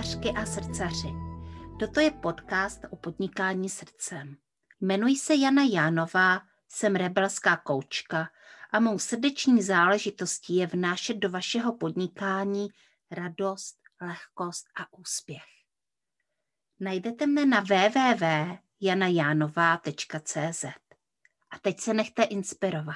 srdcařky a srdcaři. Toto je podcast o podnikání srdcem. Jmenuji se Jana Jánová, jsem rebelská koučka a mou srdeční záležitostí je vnášet do vašeho podnikání radost, lehkost a úspěch. Najdete mne na www.janajanová.cz. A teď se nechte inspirovat.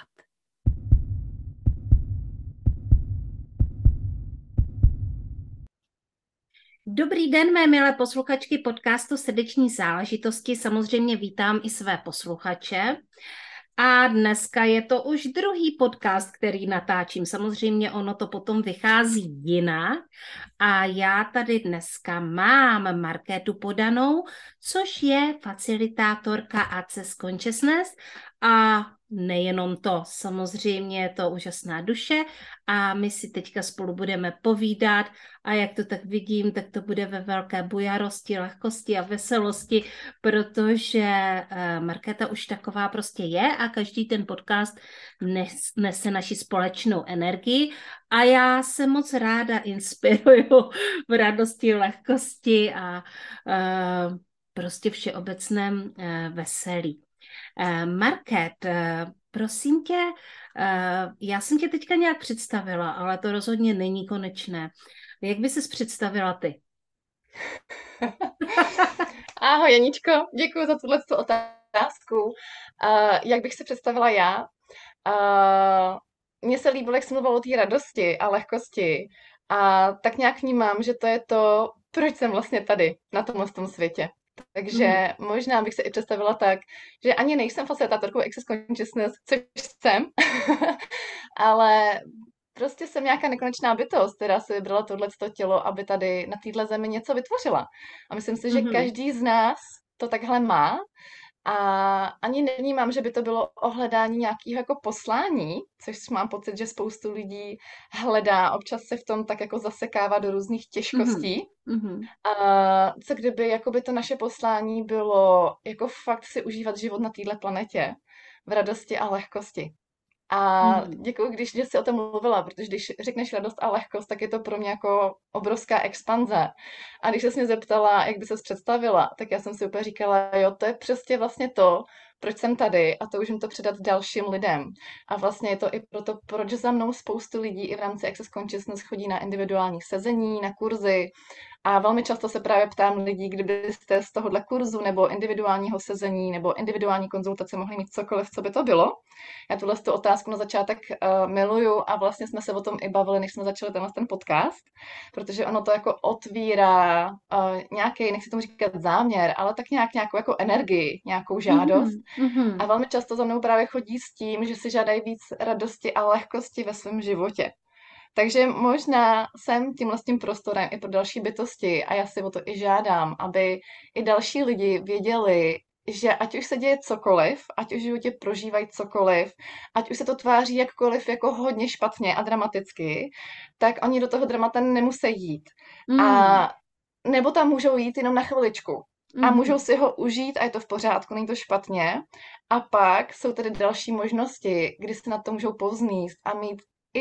Dobrý den, mé milé posluchačky podcastu Srdeční záležitosti. Samozřejmě vítám i své posluchače. A dneska je to už druhý podcast, který natáčím. Samozřejmě ono to potom vychází jinak. A já tady dneska mám Markétu Podanou, což je facilitátorka Access Consciousness. A nejenom to, samozřejmě je to úžasná duše a my si teďka spolu budeme povídat a jak to tak vidím, tak to bude ve velké bujarosti, lehkosti a veselosti, protože Markéta už taková prostě je a každý ten podcast nese naši společnou energii a já se moc ráda inspiruju v radosti, lehkosti a prostě všeobecném veselí. Market, prosím tě, já jsem tě teďka nějak představila, ale to rozhodně není konečné. Jak by ses představila ty? Ahoj Janičko, děkuji za tuto otázku. Jak bych se představila já? Mně se líbilo, jak jsem mluvila o té radosti a lehkosti. A tak nějak vnímám, že to je to, proč jsem vlastně tady, na tom světě. Takže možná bych se i představila tak, že ani nejsem facilitátorkou Access Consciousness, což jsem, ale prostě jsem nějaká nekonečná bytost, která si vybrala tohleto tělo, aby tady na téhle zemi něco vytvořila. A myslím si, že každý z nás to takhle má a ani nevnímám, že by to bylo o hledání nějakého jako poslání, což mám pocit, že spoustu lidí hledá, občas se v tom tak jako zasekává do různých těžkostí. A co kdyby jakoby to naše poslání bylo jako fakt si užívat život na téhle planetě v radosti a lehkosti. A děkuji, když jsi o tom mluvila, protože když řekneš radost a lehkost, tak je to pro mě jako obrovská expanze. A když se mě zeptala, jak by ses představila, tak já jsem si úplně říkala, jo, to je přesně vlastně to, proč jsem tady a to už jim to předat dalším lidem. A vlastně je to i proto, proč za mnou spoustu lidí i v rámci Access Consciousness chodí na individuální sezení, na kurzy. A velmi často se právě ptám lidí, kdybyste z tohohle kurzu nebo individuálního sezení nebo individuální konzultace mohli mít cokoliv, co by to bylo. Já tuhle tu otázku na začátek miluju a vlastně jsme se o tom i bavili, než jsme začali ten podcast, protože ono to jako otvírá nějaký, nechci tomu říkat záměr, ale tak nějakou jako energii, nějakou žádost. A velmi často za mnou právě chodí s tím, že si žádají víc radosti a lehkosti ve svém životě. Takže možná jsem tímhle s tím prostorem i pro další bytosti a já si o to i žádám, aby i další lidi věděli, že ať už se děje cokoliv, ať už v životě prožívají cokoliv, ať už se to tváří jakkoliv jako hodně špatně a dramaticky, tak oni do toho dramata nemusí jít. A nebo tam můžou jít jenom na chviličku. A můžou si ho užít a je to v pořádku, není to špatně. A pak jsou tady další možnosti, kdy se na to můžou povzníst a mít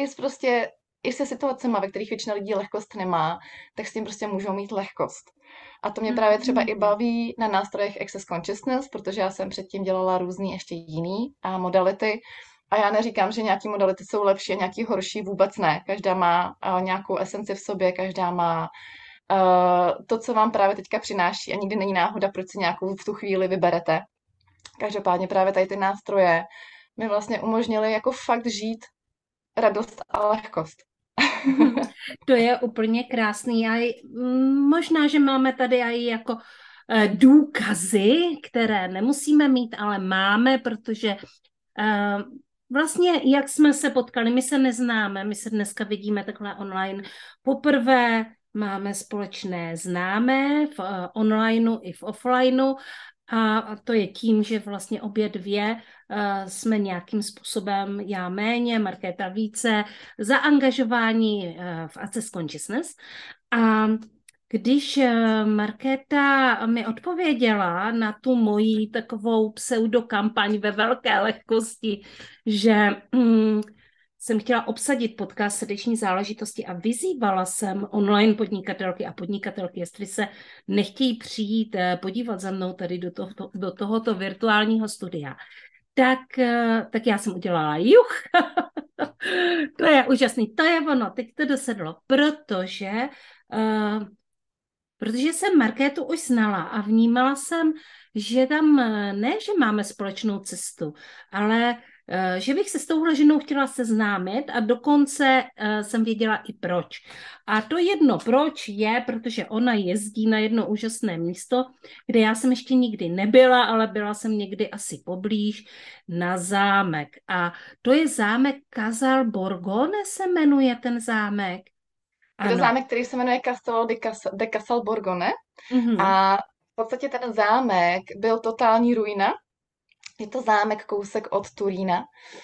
i se situacema, ve kterých většina lidí lehkost nemá, tak s tím prostě můžou mít lehkost. A to mě právě třeba i baví na nástrojech Access Consciousness, protože já jsem předtím dělala různý ještě jiný modality. A já neříkám, že nějaký modality jsou lepší a nějaký horší, vůbec ne. Každá má nějakou esenci v sobě, každá má to, co vám právě teďka přináší a nikdy není náhoda, proč si nějakou v tu chvíli vyberete. Každopádně právě tady ty nástroje mi vlastně umožnily jako fakt žít radost a lehkost. To je úplně krásný a možná, že máme tady i jako důkazy, které nemusíme mít, ale máme, protože vlastně, jak jsme se potkali, my se neznáme, my se dneska vidíme takhle online poprvé, máme společné známé v onlineu i v offlineu a to je tím, že vlastně obě dvě jsme nějakým způsobem, já méně, Markéta více, zaangažování v Access Consciousness. A když Markéta mi odpověděla na tu moji takovou pseudokampaň ve velké lehkosti, že jsem chtěla obsadit podcast Srdeční záležitosti a vyzývala jsem online podnikatelky a podnikatelky, jestli se nechtějí přijít podívat za mnou tady do tohoto virtuálního studia. Tak já jsem udělala juch. To je úžasný, to je ono, teď to dosedlo, protože jsem Markétu už znala a vnímala jsem, že tam ne, že máme společnou cestu, ale že bych se s touhle ženou chtěla seznámit a dokonce jsem věděla i proč. A to jedno proč je, protože ona jezdí na jedno úžasné místo, kde já jsem ještě nikdy nebyla, ale byla jsem někdy asi poblíž, na zámek. A to je zámek Casal Borgone se jmenuje ten zámek. Je to Ano. zámek, který se jmenuje de Casal Borgone Mhm. a v podstatě ten zámek byl totální ruina. Je to zámek kousek od Turína.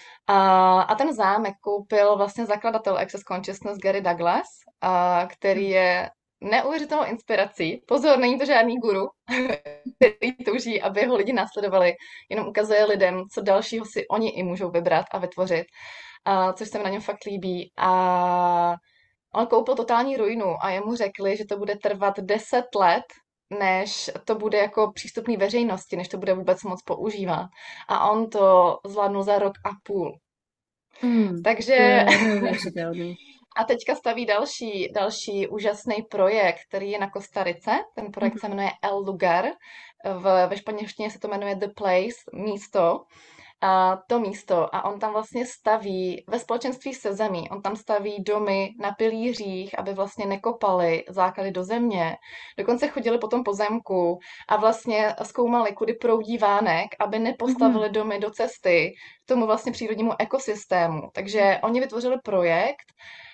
A ten zámek koupil vlastně zakladatel Access Consciousness Gary Douglas, který je neuvěřitelnou inspirací. Pozor, není to žádný guru, který touží, aby ho lidi následovali, jenom ukazuje lidem, co dalšího si oni i můžou vybrat a vytvořit, což se mi na něm fakt líbí. A on koupil totální ruinu a jemu řekli, že to bude trvat 10 let, než to bude jako přístupný veřejnosti, než to bude vůbec moc používat. A on to zvládnul za rok a půl. To Takže je neuvěřitelný. a teďka staví další úžasný projekt, který je na Kostarice. Ten projekt se jmenuje El Lugar. Ve španělštině se to jmenuje The Place, místo. A to místo. A on tam vlastně staví, ve společenství se zemí, on tam staví domy na pilířích, aby vlastně nekopali základy do země. Dokonce chodili po tom pozemku a vlastně zkoumali, kudy proudí vánek, aby nepostavili domy do cesty k tomu vlastně přírodnímu ekosystému. Takže oni vytvořili projekt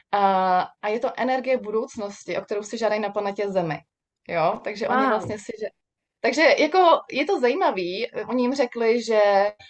a je to energie budoucnosti, o kterou si žádají na planetě Zemi. Jo, takže oni vlastně si... Takže jako je to zajímavý, oni jim řekli, že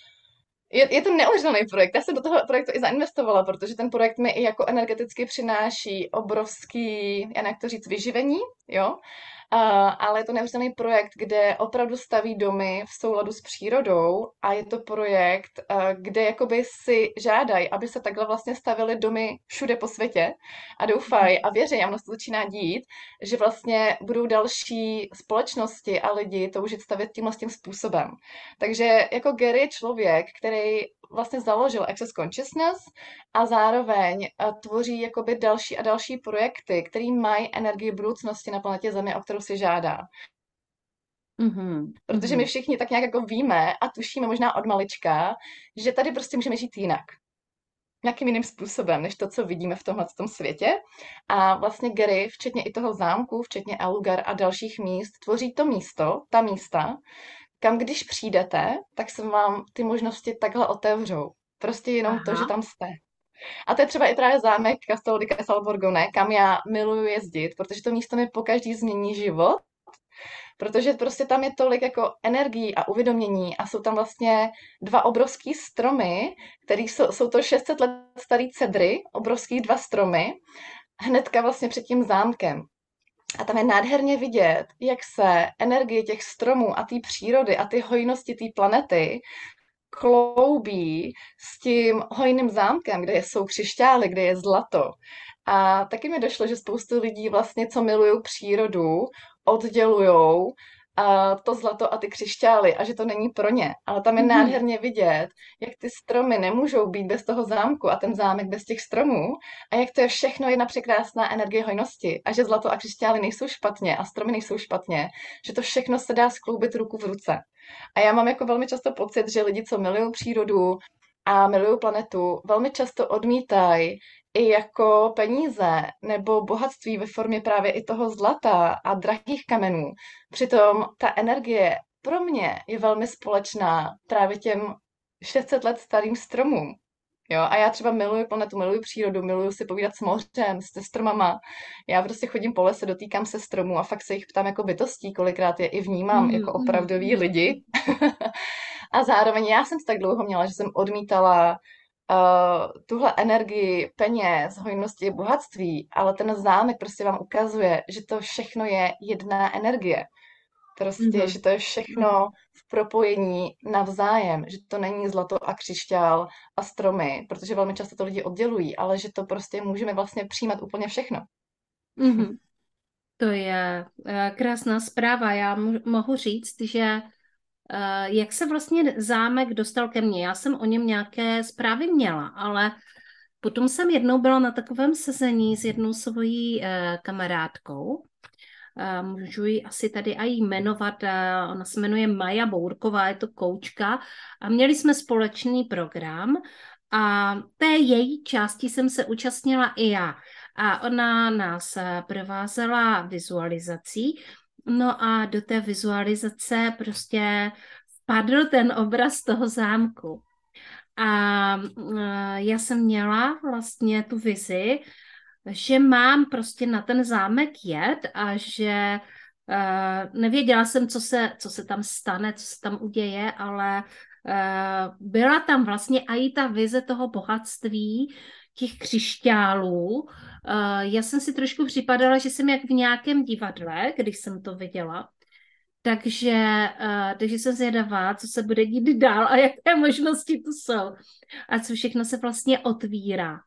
je to neuvěřitelný projekt. Já jsem do toho projektu i zainvestovala, protože ten projekt mi i jako energeticky přináší obrovský, jak to říct, vyživení, jo. Ale je to neuvěřitelný projekt, kde opravdu staví domy v souladu s přírodou a je to projekt, kde jakoby si žádají, aby se takhle vlastně stavily domy všude po světě a doufají a věří, a ono se to začíná dít, že vlastně budou další společnosti a lidi toužit stavět tímhle tím způsobem. Takže jako Gary je člověk, který vlastně založil Access Consciousness a zároveň tvoří jakoby další a další projekty, které mají energii budoucnosti na planetě Zemi, o kterou si žádá. Protože my všichni tak nějak jako víme a tušíme možná od malička, že tady prostě můžeme žít jinak. Nějakým jiným způsobem, než to, co vidíme v tomhle světě. A vlastně Gary, včetně i toho zámku, včetně El Lugar a dalších míst, tvoří to místo, ta místa, kam když přijdete, tak se vám ty možnosti takhle otevřou. Prostě jenom to, že tam jste. A to je třeba i právě zámek Castello di Casal Borgone, kam já miluju jezdit, protože to místo mi pokaždý změní život, protože prostě tam je tolik jako energií a uvědomění a jsou tam vlastně dva obrovský stromy, které jsou to 600 let starý cedry, obrovský dva stromy, hnedka vlastně před tím zámkem. A tam je nádherně vidět, jak se energie těch stromů a té přírody a ty hojnosti té planety kloubí s tím hojným zámkem, kde jsou křišťály, kde je zlato. A taky mi došlo, že spoustu lidí vlastně, co milují přírodu, oddělujou to zlato a ty křišťály a že to není pro ně. Ale tam je nádherně vidět, jak ty stromy nemůžou být bez toho zámku a ten zámek bez těch stromů a jak to je všechno jedna překrásná energie hojnosti a že zlato a křišťály nejsou špatně a stromy nejsou špatně, že to všechno se dá skloubit ruku v ruce. A já mám jako velmi často pocit, že lidi, co milují přírodu a milují planetu, velmi často odmítají i jako peníze nebo bohatství ve formě právě i toho zlata a drahých kamenů. Přitom ta energie pro mě je velmi společná právě těm 600 let starým stromům. Jo, a já třeba miluji planetu, miluji přírodu, miluji si povídat s mořem, se stromama. Já prostě chodím po lese, dotýkám se stromů a fakt se jich ptám jako bytostí, kolikrát je i vnímám jako opravdoví lidi. A zároveň já jsem tak dlouho měla, že jsem odmítala tuhle energii peněz, hojnosti, bohatství, ale ten zámek prostě vám ukazuje, že to všechno je jedna energie. Prostě, že Mhm. to je všechno v propojení navzájem, že to není zlato a křišťál a stromy, protože velmi často to lidi oddělují, ale že to prostě můžeme vlastně přijímat úplně všechno. Mhm. To je krásná zpráva. Já mohu říct, že jak se vlastně zámek dostal ke mně. Já jsem o něm nějaké zprávy měla, ale potom jsem jednou byla na takovém sezení s jednou svojí kamarádkou. Můžu ji asi tady i jmenovat. Ona se jmenuje Maja Bourková, je to koučka a měli jsme společný program a té její části jsem se účastnila i já. A ona nás provázela vizualizací. No a do té vizualizace prostě vpadl ten obraz toho zámku. A já jsem měla vlastně tu vizi, že mám prostě na ten zámek jet a že nevěděla jsem, co se tam stane, co se tam uděje, ale byla tam vlastně i ta vize toho bohatství, těch křišťálů. Já jsem si trošku připadala, že jsem jak v nějakém divadle, když jsem to viděla. Takže jsem zvědavá, co se bude dít dál a jaké možnosti tu jsou a co všechno se vlastně otvírá.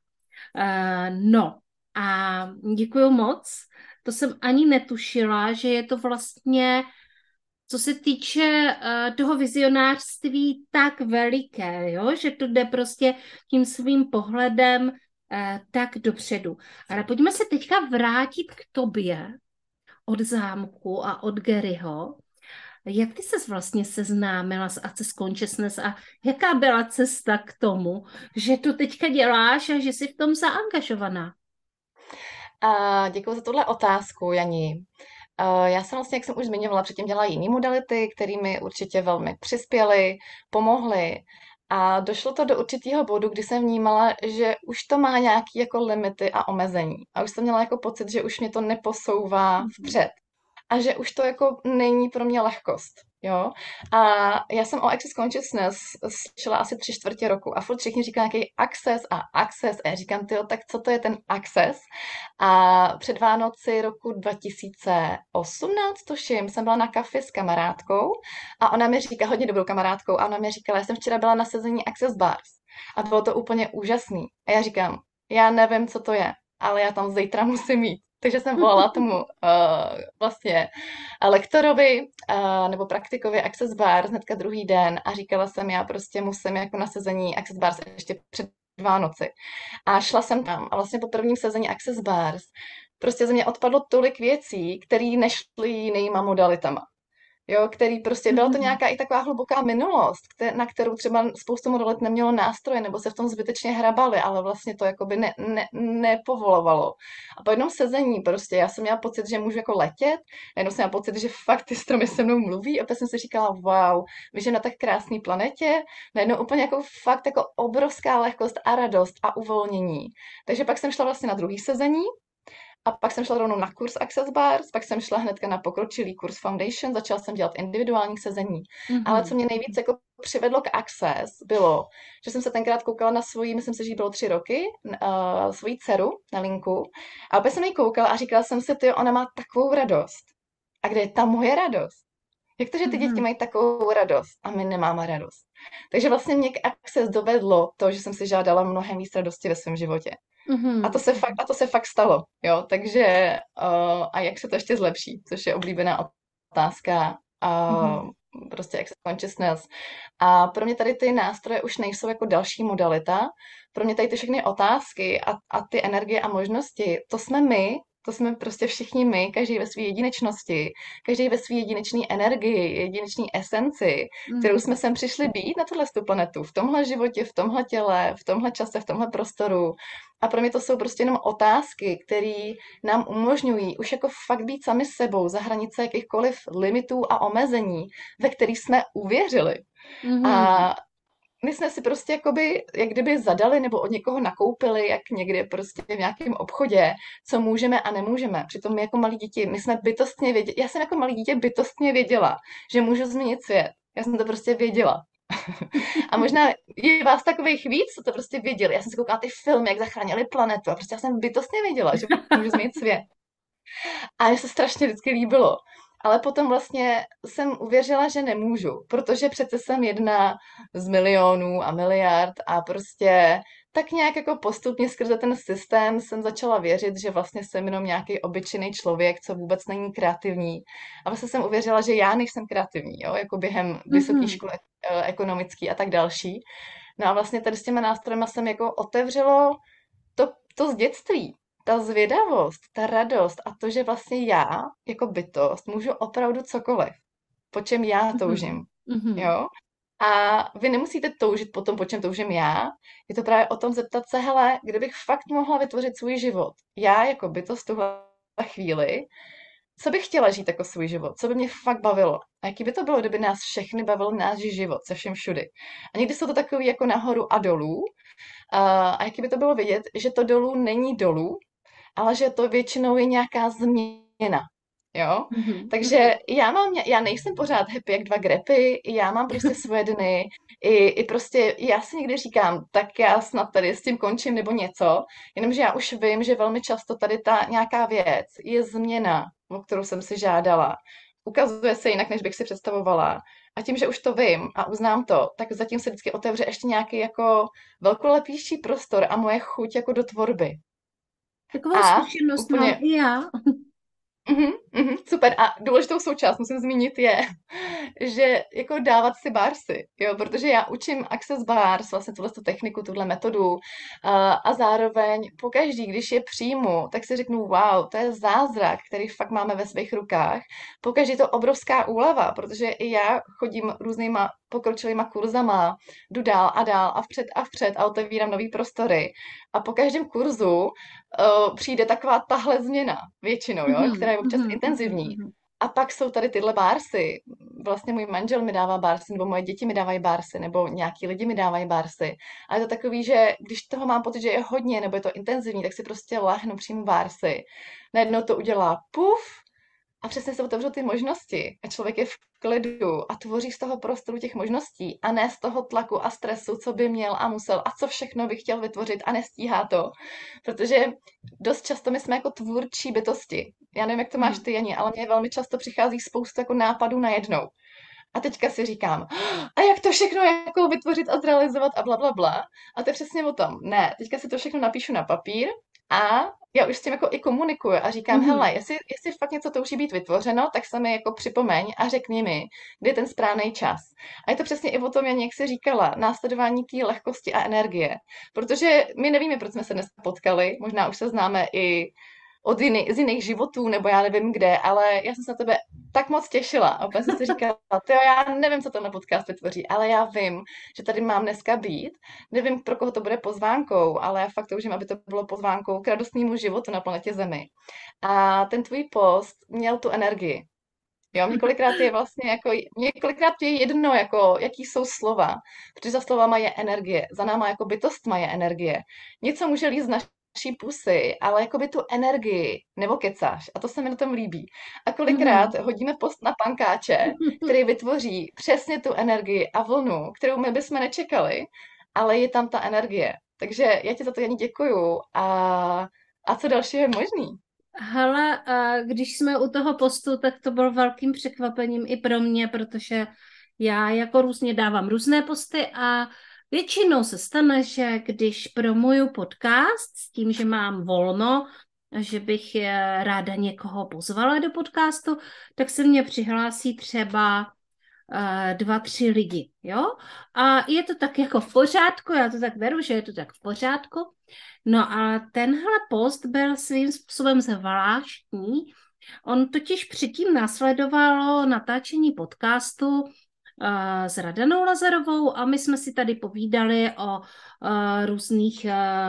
No a děkuju moc. To jsem ani netušila, že je to vlastně, co se týče toho vizionářství, tak veliké, jo? Že to jde prostě tím svým pohledem tak dopředu. Ale pojďme se teďka vrátit k tobě od zámku a od Garyho. Jak ty ses vlastně seznámila s Access Consciousness a jaká byla cesta k tomu, že to teďka děláš a že jsi v tom zaangažovaná? A děkuji za tuhle otázku, Janí. Já jsem vlastně, jak jsem už zmiňovala, předtím dělala jiné modality, které mi určitě velmi přispěly, pomohly. A došlo to do určitého bodu, kdy jsem vnímala, že už to má nějaké jako limity a omezení. A už jsem měla jako pocit, že už mě to neposouvá Mhm. vpřed a že už to jako není pro mě lehkost. Jo? A já jsem o Access Consciousness slyšela asi 3/4 roku a furt všichni říkají nějaký access a access a já říkám, tyjo, tak co to je ten access? A před Vánoci roku 2018, tuším, jsem byla na kafi s kamarádkou a ona mi říká, hodně dobrou kamarádkou, a ona mi říkala, já jsem včera byla na sezení Access Bars a bylo to úplně úžasný. A já říkám, já nevím, co to je, ale já tam zítra musím jít. Takže jsem volala tomu vlastně lektorovi nebo praktikovi Access Bars hnedka druhý den a říkala jsem, já prostě musím jako na sezení Access Bars ještě před Vánoci. A šla jsem tam a vlastně po prvním sezení Access Bars prostě ze mě odpadlo tolik věcí, které nešly jinýma modalitama. Jo, který prostě, byla to Mhm. nějaká i taková hluboká minulost, na kterou třeba spoustu modelit nemělo nástroje, nebo se v tom zbytečně hrabali, ale vlastně to jakoby nepovolovalo. A po jednom sezení prostě já jsem měla pocit, že můžu jako letět, najednou jsem měla pocit, že fakt ty stromy se mnou mluví, a opět jsem si říkala, wow, víš, že na tak krásné planetě, najednou úplně jako fakt jako obrovská lehkost a radost a uvolnění. Takže pak jsem šla vlastně na druhý sezení, a pak jsem šla rovnou na kurz Access Bars, pak jsem šla hnedka na pokročilý kurz Foundation, začala jsem dělat individuální sezení. Ale co Mhm. mě nejvíc jako přivedlo k Access, bylo, že jsem se tenkrát koukala na svoji, myslím si, že jí bylo 3 roky, svoji dceru na linku. A opět jsem jí koukala a říkala jsem si, ty, ona má takovou radost. A kde je ta moje radost? Jak to, že ty děti Mhm. mají takovou radost a my nemáme radost? Takže vlastně mě k Access dovedlo to, že jsem si žádala mnohem víc radosti ve svém životě. Mhm. A to se fakt stalo, jo, takže a jak se to ještě zlepší, což je oblíbená otázka, Mhm. prostě Access Consciousness. A pro mě tady ty nástroje už nejsou jako další modalita, pro mě tady ty všechny otázky a ty energie a možnosti, to jsme my, to jsme prostě všichni my, každý ve své jedinečnosti, každý ve své jedinečné energii, jedinečné esenci, kterou Mhm. jsme sem přišli být na tuhle planetu, v tomhle životě, v tomhle těle, v tomhle čase, v tomhle prostoru. A pro mě to jsou prostě jenom otázky, které nám umožňují už jako fakt být sami sebou za hranice jakýchkoliv limitů a omezení, ve kterých jsme uvěřili. Mhm. A my jsme si prostě jakoby, jak kdyby zadali nebo od někoho nakoupili, jak někdy prostě v nějakém obchodě, co můžeme a nemůžeme. Přitom my jako malí děti, my jsme bytostně věděli, já jsem jako malý dítě bytostně věděla, že můžu změnit svět. Já jsem to prostě věděla. A možná je vás takových víc, co to prostě věděli. Já jsem si koukala ty filmy, jak zachránili planetu, a prostě já jsem bytostně věděla, že můžu změnit svět. A mně se strašně vždycky líbilo. ale potom vlastně jsem uvěřila, že nemůžu, protože přece jsem jedna z milionů a miliard a prostě tak nějak jako postupně skrze ten systém jsem začala věřit, že vlastně jsem jenom nějaký obyčejný člověk, co vůbec není kreativní. A vlastně jsem uvěřila, že já nejsem kreativní, jo, jako během vysoké Mhm. školy ekonomický a tak další. No a vlastně tady s těma nástrojema jsem jako otevřelo to z dětství, ta zvědavost, ta radost a to, že vlastně já jako bytost můžu opravdu cokoliv, po čem já toužím, Mhm. Mhm. jo? A vy nemusíte toužit po tom, po čem toužím já. Je to právě o tom zeptat se, hele, kdybych fakt mohla vytvořit svůj život, já jako bytost tuhle chvíli, co bych chtěla žít jako svůj život, co by mě fakt bavilo. A jaký by to bylo, kdyby nás všechny bavil náš život se všem všudy. A někdy jsou to takový jako nahoru a dolů. A jaký by to bylo vidět, že to dolů není dolů, ale že to většinou je nějaká změna. Jo? Mhm. Takže já nejsem pořád happy jak dva grepy, já mám prostě svoje dny, i prostě já si někdy říkám, tak já snad tady s tím končím nebo něco, jenomže já už vím, že velmi často tady ta nějaká věc je změna, o kterou jsem si žádala. Ukazuje se jinak, než bych si představovala. A tím, že už to vím a uznám to, tak zatím se vždycky otevře ještě nějaký jako velkolepější prostor a moje chuť jako do tvorby. Takovou A zkušenost mám úplně i já. super. A důležitou součást, musím zmínit, je, že jako dávat si bársy, jo, protože já učím Access Bars, vlastně tuhle techniku, tuhle metodu a zároveň pokaždý, když je přijmu, tak si řeknu, wow, to je zázrak, který fakt máme ve svých rukách. Pokaždý to obrovská úleva, protože i já chodím různýma pokročilýma kurzama, jdu dál a vpřed a otevírám nový prostory. A po každém kurzu přijde taková tahle změna většinou, jo, která Mhm. je občas Mhm. Mhm. intenzivní. Mhm. A pak jsou tady tyhle bársy. Vlastně můj manžel mi dává bársy, nebo moje děti mi dávají bársy, nebo nějaký lidi mi dávají bársy. A je to takový, že když toho mám pocit, že je hodně, nebo je to intenzivní, tak si prostě lehnu, přijmu bársy. Najednou to udělá puf a přesně se otevřou ty možnosti. A člověk je v klidu a tvoří z toho prostoru těch možností a ne z toho tlaku a stresu, co by měl a musel a co všechno by chtěl vytvořit a nestíhá to. Protože dost často my jsme jako tvůrčí bytosti. Já nevím, jak to máš Mhm. ty, Jani, ale mně velmi často přichází spousta jako nápadů najednou. A teďka si říkám, a jak to všechno jako vytvořit a zrealizovat a bla, bla, bla. A to je přesně o tom. Ne, teďka si to všechno napíšu na papír a já už s tím jako i komunikuju a říkám, hele, Mhm. jestli fakt něco touží být vytvořeno, tak se mi jako připomeň a řekni mi, kdy je ten správný čas. A je to přesně i o tom, jak si říkala, následování té lehkosti a energie. Protože my nevíme, proč jsme se dnes potkali, možná už se známe i z jiných životů, nebo já nevím kde, ale já jsem se na tebe tak moc těšila. A opět jsem si říkala, tyjo, já nevím, co tenhle podcast vytvoří, ale já vím, že tady mám dneska být. Nevím, pro koho to bude pozvánkou, ale já fakt toužím, aby to bylo pozvánkou k radostnému životu na planetě Zemi. A ten tvůj post měl tu energii. Jo, několikrát je jedno, jako, jaký jsou slova, protože za slovama je energie, za náma jako bytostma je energie. Něco může lízt z naší pusy, ale jako by tu energii nebo kecáš a to se mi na tom líbí. A kolikrát Mhm. hodíme post na pankáče, který vytvoří přesně tu energii a vlnu, kterou my bychom nečekali, ale je tam ta energie. Takže já ti za to, Janí, děkuju a co dalšího je možný? Hele, a když jsme u toho postu, tak to bylo velkým překvapením i pro mě, protože já jako různě dávám různé posty a většinou se stane, že když promuju podcast s tím, že mám volno, že bych ráda někoho pozvala do podcastu, tak se mě přihlásí třeba 2, 3 lidi, jo? A je to tak jako v pořádku, já to tak beru, že je to tak v pořádku. No a tenhle post byl svým způsobem zvláštní. On totiž předtím následovalo natáčení podcastu s Radanou Lazarovou a my jsme si tady povídali o různých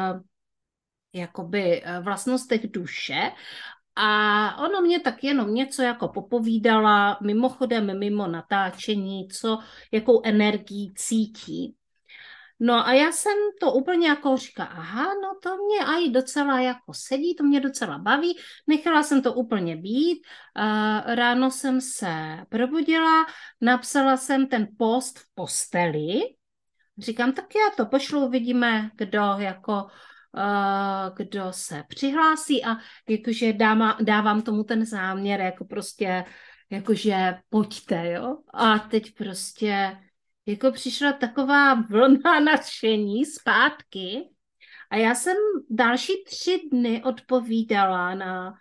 jakoby vlastnostech duše a ono mě tak jenom něco jako popovídala, mimochodem mimo natáčení, jakou energii cítí. No a já jsem to úplně jako říkala, aha, no to mě aj docela jako sedí, to mě docela baví, nechala jsem to úplně být, ráno jsem se probudila, napsala jsem ten post v posteli, říkám, tak já to pošlu, vidíme, kdo se přihlásí a jakože dávám tomu ten záměr, jako prostě jakože pojďte, jo. A teď prostě jako přišla taková vlna nadšení zpátky a já jsem další 3 dny odpovídala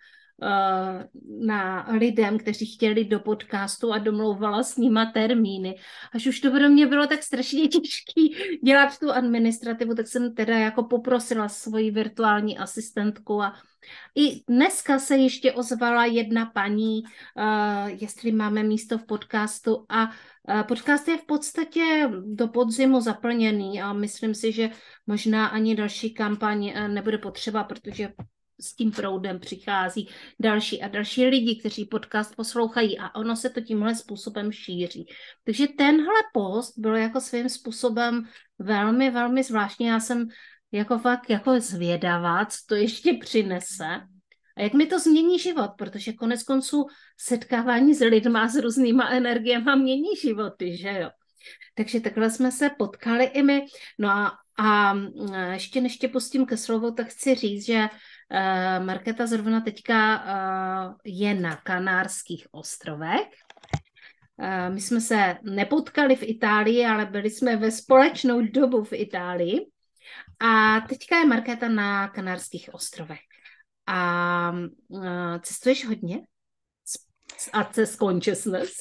na lidem, kteří chtěli do podcastu a domlouvala s nima termíny. Až už to pro mě bylo tak strašně těžký dělat tu administrativu, tak jsem teda jako poprosila svoji virtuální asistentku a i dneska se ještě ozvala jedna paní, jestli máme místo v podcastu a podcast je v podstatě do podzimu zaplněný a myslím si, že možná ani další kampaň nebude potřeba, protože s tím proudem přichází další a další lidi, kteří podcast poslouchají a ono se to tímhle způsobem šíří. Takže tenhle post byl jako svým způsobem velmi, velmi zvláštní. Já jsem jako fakt jako zvědavá, co to ještě přinese a jak mi to změní život, protože konec konců setkávání s lidma s různýma energiemi mění životy, že jo. Takže takhle jsme se potkali i my. No a ještě než tě pustím ke slovu, tak chci říct, že Markéta zrovna teďka je na Kanárských ostrovech. My jsme se nepotkali v Itálii, ale byli jsme ve společnou dobu v Itálii. A teďka je Markéta na Kanárských ostrovech. A cestuješ hodně? A cez consciousness?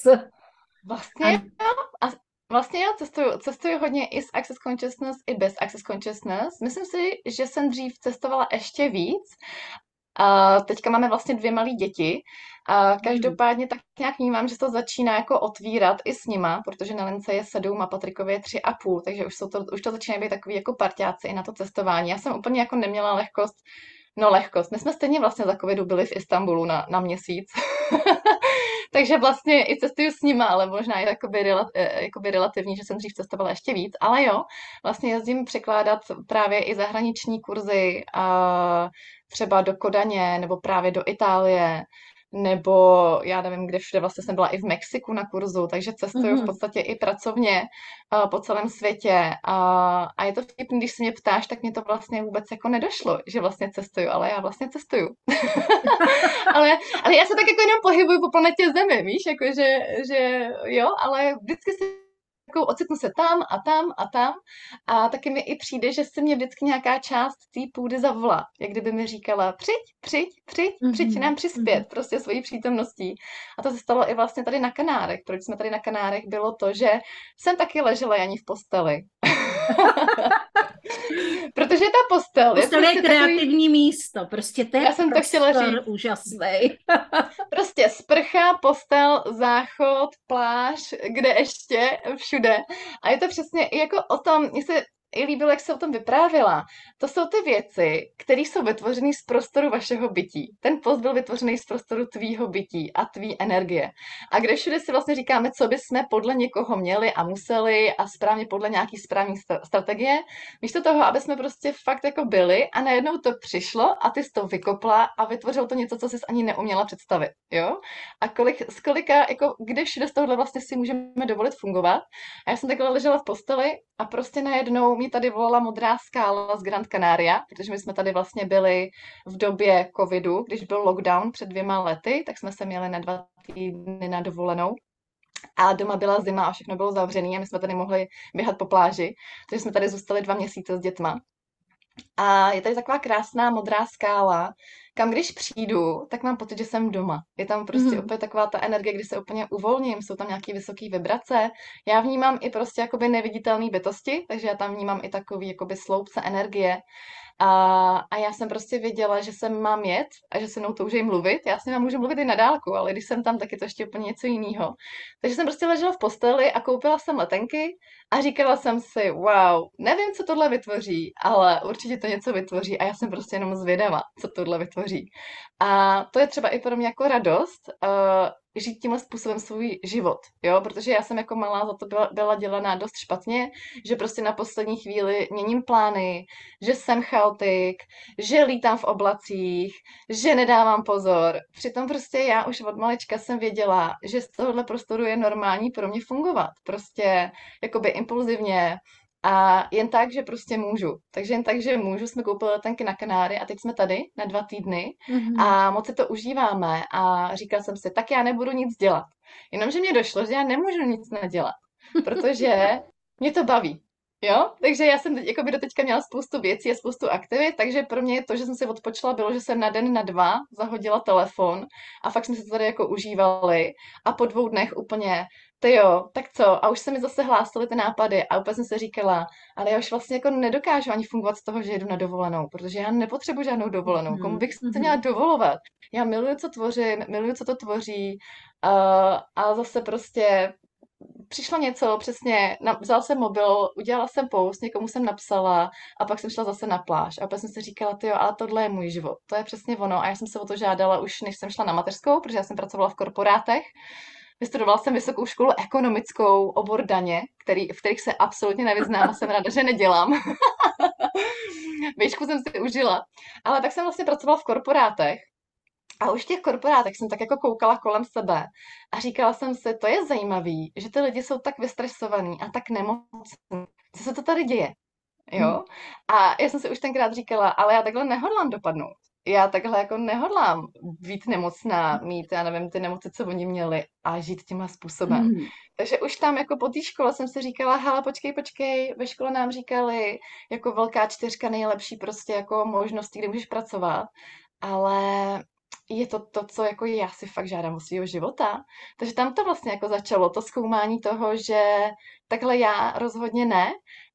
Vlastně jo, cestuju hodně i s Access Consciousness, i bez Access Consciousness. Myslím si, že jsem dřív cestovala ještě víc. A teďka máme vlastně 2 malé děti. A každopádně tak nějak vnímám, že to začíná jako otvírat i s nima, protože na Lince je 7 a Patrikovi je 3,5, takže už to začíná být takový jako parťáci i na to cestování. Já jsem úplně jako neměla lehkost. My jsme stejně vlastně za covidu byli v Istanbulu na měsíc. Takže vlastně i cestuju s nima, ale možná je jakoby relativní, že jsem dřív cestovala ještě víc. Ale jo, vlastně jezdím překládat právě i zahraniční kurzy, třeba do Kodaně, nebo právě do Itálie, nebo já nevím, kde všude vlastně jsem byla i v Mexiku na kurzu, takže cestuju v podstatě i pracovně po celém světě. A je to vtipný, když se mě ptáš, tak mě to vlastně vůbec jako nedošlo, že vlastně cestuju, ale já vlastně cestuju. ale já se tak jako jenom pohybuju po planetě Zemi, víš, jako že jo, ale vždycky si jako ocitnu se tam a tam a tam a taky mi i přijde, že se mě vždycky nějaká část té půdy zavolá, jak kdyby mi říkala přijď nám přispět prostě svojí přítomností. A to se stalo i vlastně tady na Kanárech. Proč jsme tady na Kanárech, bylo to, že jsem taky ležela ani v posteli. Protože ta postel je prostě kreativní místo, prostě to je já jsem to chtěla říct. Úžasný. Prostě sprcha, postel, záchod, pláž, kde ještě, všude. A je to přesně i jako o tom, mně se i líbilo, jak se o tom vyprávěla. To jsou ty věci, které jsou vytvořené z prostoru vašeho bytí. Ten post byl vytvořený z prostoru tvýho bytí a tvý energie. A kde všude si vlastně říkáme, co bychom podle někoho měli a museli a správně podle nějaký správní strategie, místo toho, aby jsme prostě fakt jako byli a najednou to přišlo a ty jsi to vykopla a vytvořil to něco, co jsi ani neuměla představit, jo? A z kolika, jako kde všude z tohohle vlastně si můžeme dovolit fungovat. A já jsem takhle ležela v posteli a prostě najednou mě tady volala modrá skála z Gran Canaria, protože my jsme tady vlastně byli v době covidu, když byl lockdown před 2 lety, tak jsme se měli na 2 týdny na dovolenou. A doma byla zima a všechno bylo zavřené a my jsme tady mohli běhat po pláži, takže jsme tady zůstali 2 měsíce s dětma. A je tady taková krásná modrá skála, kam když přijdu, tak mám pocit, že jsem doma. Je tam prostě úplně taková ta energie, kdy se úplně uvolním, jsou tam nějaké vysoké vibrace. Já vnímám i prostě jakoby neviditelné bytosti, takže já tam vnímám i takový jakoby sloupce energie. A já jsem prostě věděla, že sem mám jet a že se mnou touží mluvit. Já s nima můžu mluvit i na dálku, ale když jsem tam, tak je to ještě úplně něco jiného. Takže jsem prostě ležela v posteli a koupila jsem letenky a říkala jsem si, wow, nevím, co tohle vytvoří, ale určitě to něco vytvoří a já jsem prostě jenom zvědavá, co tohle vytvoří. A to je třeba i pro mě jako radost, žít tímhle způsobem svůj život, jo, protože já jsem jako malá za to byla dělaná dost špatně, že prostě na poslední chvíli měním plány, že jsem chaotik, že lítám v oblacích, že nedávám pozor. Přitom prostě já už od malička jsem věděla, že z tohohle prostoru je normální pro mě fungovat. Prostě jakoby impulzivně, A jen tak, že prostě můžu. Takže jen tak, že můžu, jsme koupili letenky na Kanáry a teď jsme tady na 2 týdny Mhm. a moc si to užíváme a říkala jsem si, tak já nebudu nic dělat. Jenomže mě došlo, že já nemůžu nic nedělat, protože mě to baví. Jo, takže já jsem teď, jako by doteďka měla spoustu věcí a spoustu aktivit, takže pro mě to, že jsem si odpočila, bylo, že jsem na den, na dva zahodila telefon a fakt jsme se to tady jako užívali a po 2 dnech úplně, ty jo, tak co? A už se mi zase hlásily ty nápady a úplně jsem se říkala, ale já už vlastně jako nedokážu ani fungovat z toho, že jedu na dovolenou, protože já nepotřebuji žádnou dovolenou. Komu Mhm. bych se měla Mhm. dovolovat? Já miluju, co tvořím, miluju, co to tvoří a zase prostě přišlo něco, přesně, vzala jsem mobil, udělala jsem post, někomu jsem napsala a pak jsem šla zase na pláž. A pak jsem si říkala, tyjo, ale tohle je můj život, to je přesně ono. A já jsem se o to žádala už, než jsem šla na mateřskou, protože já jsem pracovala v korporátech. Vystudovala jsem vysokou školu ekonomickou, obor daně, v kterých se absolutně nevyznám a jsem ráda, že nedělám. Výšku jsem si užila. Ale tak jsem vlastně pracovala v korporátech a už v těch korporátech jsem tak jako koukala kolem sebe a říkala jsem si, to je zajímavý, že ty lidi jsou tak vystresovaní a tak nemocní. Co se to tady děje? Jo? A já jsem si už tenkrát říkala, ale já takhle nehodlám dopadnout. Já takhle jako nehodlám být nemocná, mít, já nevím, ty nemoci, co oni měli a žít tímhle způsobem. Mhm. Takže už tam jako po té škole jsem si říkala, hele, počkej, ve škole nám říkali, jako velká 4 nejlepší prostě jako možnosti, kde můžeš pracovat, ale je to to, co jako já si fakt žádám od svého života. Takže tam to vlastně jako začalo, to zkoumání toho, že takhle já rozhodně ne.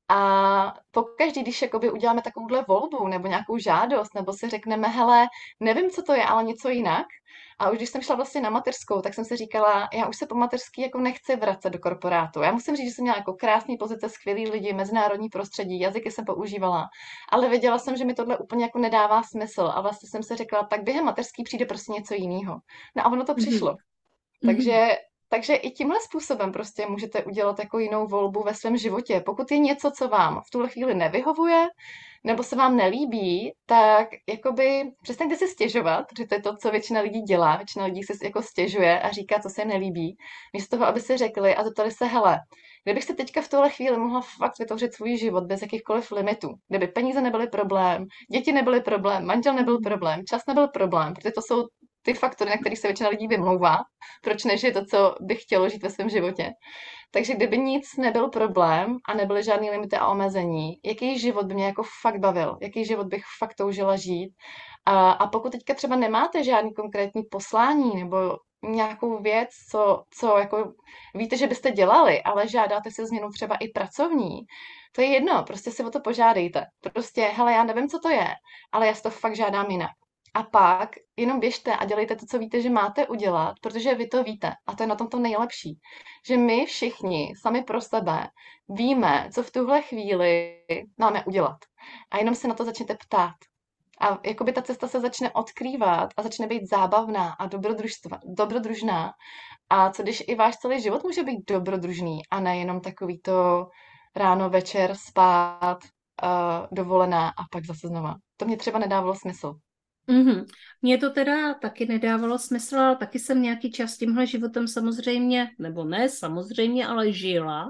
A pokaždý, když jakoby uděláme takovouhle volbu nebo nějakou žádost, nebo si řekneme, hele, nevím, co to je, ale něco jinak. A už když jsem šla vlastně na mateřskou, tak jsem si říkala, já už se po mateřský jako nechci vracet do korporátu. Já musím říct, že jsem měla jako krásný pozice, skvělý lidi, mezinárodní prostředí, jazyky jsem používala, ale věděla jsem, že mi tohle úplně jako nedává smysl. A vlastně jsem si řekla, tak během mateřský přijde prostě něco jiného. No a ono to Mhm. přišlo. Mhm. Takže i tímhle způsobem prostě můžete udělat jako jinou volbu ve svém životě. Pokud je něco, co vám v tuhle chvíli nevyhovuje, nebo se vám nelíbí, tak jakoby přestaňte si stěžovat, protože to je to, co většina lidí dělá. Většina lidí si jako stěžuje a říká, co se jim nelíbí. Místo toho, aby si řekli a zeptali se, hele, kdybych se teďka v tuhle chvíli mohla fakt vytvořit svůj život bez jakýchkoliv limitů, kdyby peníze nebyly problém, děti nebyly problém, manžel nebyl problém, čas nebyl problém, protože to jsou ty faktory, na kterých se většina lidí vymlouvá, proč nežije to, co by chtělo žít ve svém životě. Takže kdyby nic nebyl problém a nebyly žádné limity a omezení, jaký život by mě jako fakt bavil, jaký život bych fakt toužila žít. A pokud teďka třeba nemáte žádný konkrétní poslání nebo nějakou věc, co jako víte, že byste dělali, ale žádáte si změnu třeba i pracovní, to je jedno, prostě si o to požádejte. Prostě, hele, já nevím, co to je, ale já si to fakt žádám jinak. A pak jenom běžte a dělejte to, co víte, že máte udělat, protože vy to víte. A to je na tom to nejlepší. Že my všichni sami pro sebe víme, co v tuhle chvíli máme udělat. A jenom se na to začnete ptát. A jakoby ta cesta se začne odkrývat a začne být zábavná a dobrodružná. A co když i váš celý život může být dobrodružný a nejenom takový to ráno, večer, spát, dovolená a pak zase znova. To mě třeba nedávalo smysl. Mhm. Mně to teda taky nedávalo smysl, ale taky jsem nějaký čas tímhle životem samozřejmě, nebo ne samozřejmě, ale žila.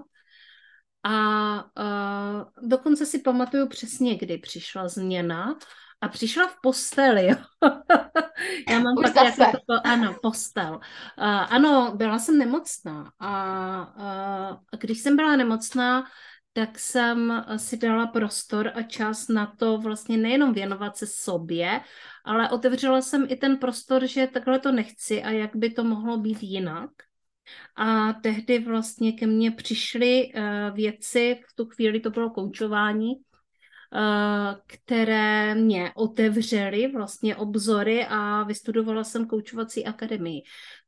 A dokonce si pamatuju přesně, kdy přišla změna a přišla v posteli. Jo. Já mám Už pak jako zase. ano, postel. Ano, byla jsem nemocná a když jsem byla nemocná, tak jsem si dala prostor a čas na to vlastně nejenom věnovat se sobě, ale otevřela jsem i ten prostor, že takhle to nechci a jak by to mohlo být jinak. A tehdy vlastně ke mně přišly věci, v tu chvíli to bylo koučování, které mě otevřely vlastně obzory a vystudovala jsem koučovací akademii.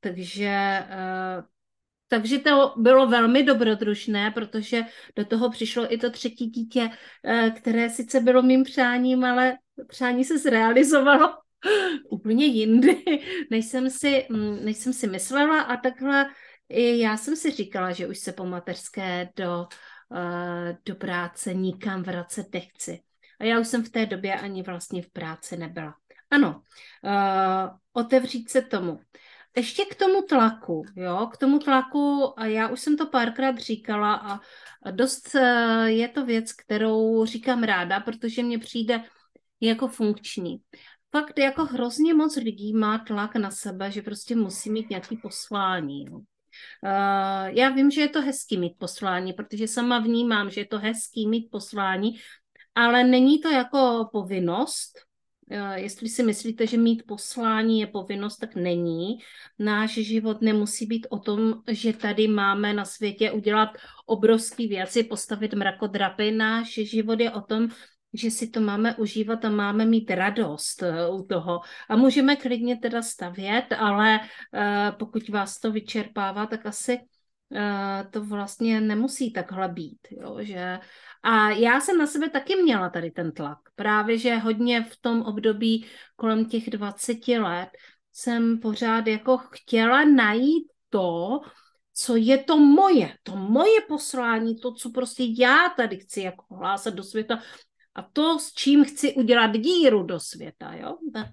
Takže to bylo velmi dobrodružné, protože do toho přišlo i to 3. dítě, které sice bylo mým přáním, ale přání se zrealizovalo úplně jindy, než jsem si myslela a takhle i já jsem si říkala, že už se po mateřské do práce nikam vracet nechci. A já už jsem v té době ani vlastně v práci nebyla. Ano, otevřít se tomu. ještě k tomu tlaku, jo, k tomu tlaku, a já už jsem to párkrát říkala a dost je to věc, kterou říkám ráda, protože mně přijde jako funkční. Fakt jako hrozně moc lidí má tlak na sebe, že prostě musí mít nějaký poslání. Jo. Já vím, že je to hezký mít poslání, protože sama vnímám, že je to hezký mít poslání, ale není to jako povinnost. Jestli si myslíte, že mít poslání je povinnost, tak není. Náš život nemusí být o tom, že tady máme na světě udělat obrovské věci, postavit mrakodrapy. Náš život je o tom, že si to máme užívat a máme mít radost u toho. A můžeme klidně teda stavět, ale pokud vás to vyčerpává, tak asi to vlastně nemusí takhle být. Jo? A já jsem na sebe taky měla tady ten tlak. Právě, že hodně v tom období kolem těch 20 let jsem pořád jako chtěla najít to, co je to moje poslání, to, co prostě já tady chci jako hlásat do světa a to, s čím chci udělat díru do světa, jo? Tak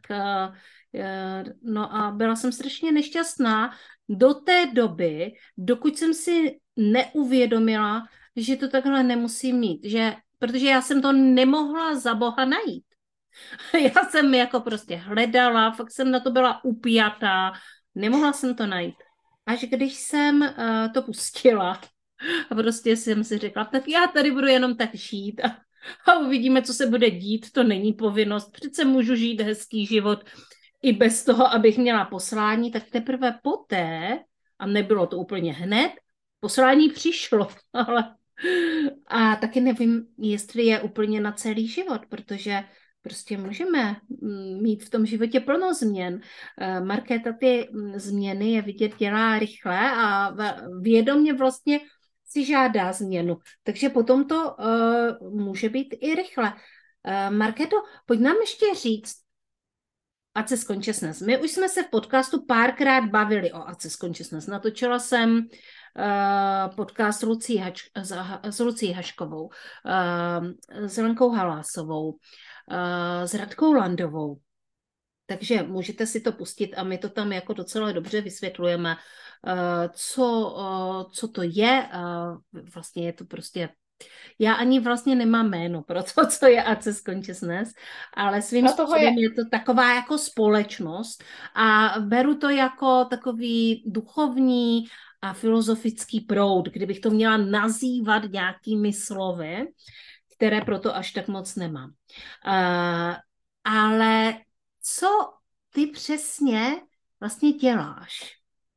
no a byla jsem strašně nešťastná do té doby, dokud jsem si neuvědomila, že to takhle nemusím mít, protože já jsem to nemohla za Boha najít. Já jsem jako prostě hledala, fakt jsem na to byla upjatá, nemohla jsem to najít. Až když jsem to pustila a prostě jsem si řekla, tak já tady budu jenom tak žít a uvidíme, co se bude dít, to není povinnost, přece můžu žít hezký život i bez toho, abych měla poslání, tak teprve poté, a nebylo to úplně hned, poslání přišlo, ale a taky nevím, jestli je úplně na celý život, protože prostě můžeme mít v tom životě plno změn. Markéta ty změny je vidět, dělá rychle a vědomě vlastně si žádá změnu. Takže potom to může být i rychle. Markéto, pojď nám ještě říct, Access Consciousness. My už jsme se v podcastu párkrát bavili o Access Consciousness. Natočila jsem podcast s Lucí Haškovou, s Lenkou Halásovou, s Radkou Landovou. Takže můžete si to pustit a my to tam jako docela dobře vysvětlujeme, co to je. Vlastně je to prostě... Já ani vlastně nemám jméno pro to, co je Access Consciousness, ale svým způsobem je to taková jako společnost a beru to jako takový duchovní a filozofický proud, kdybych to měla nazývat nějakými slovy, které proto až tak moc nemám. Ale co ty přesně vlastně děláš?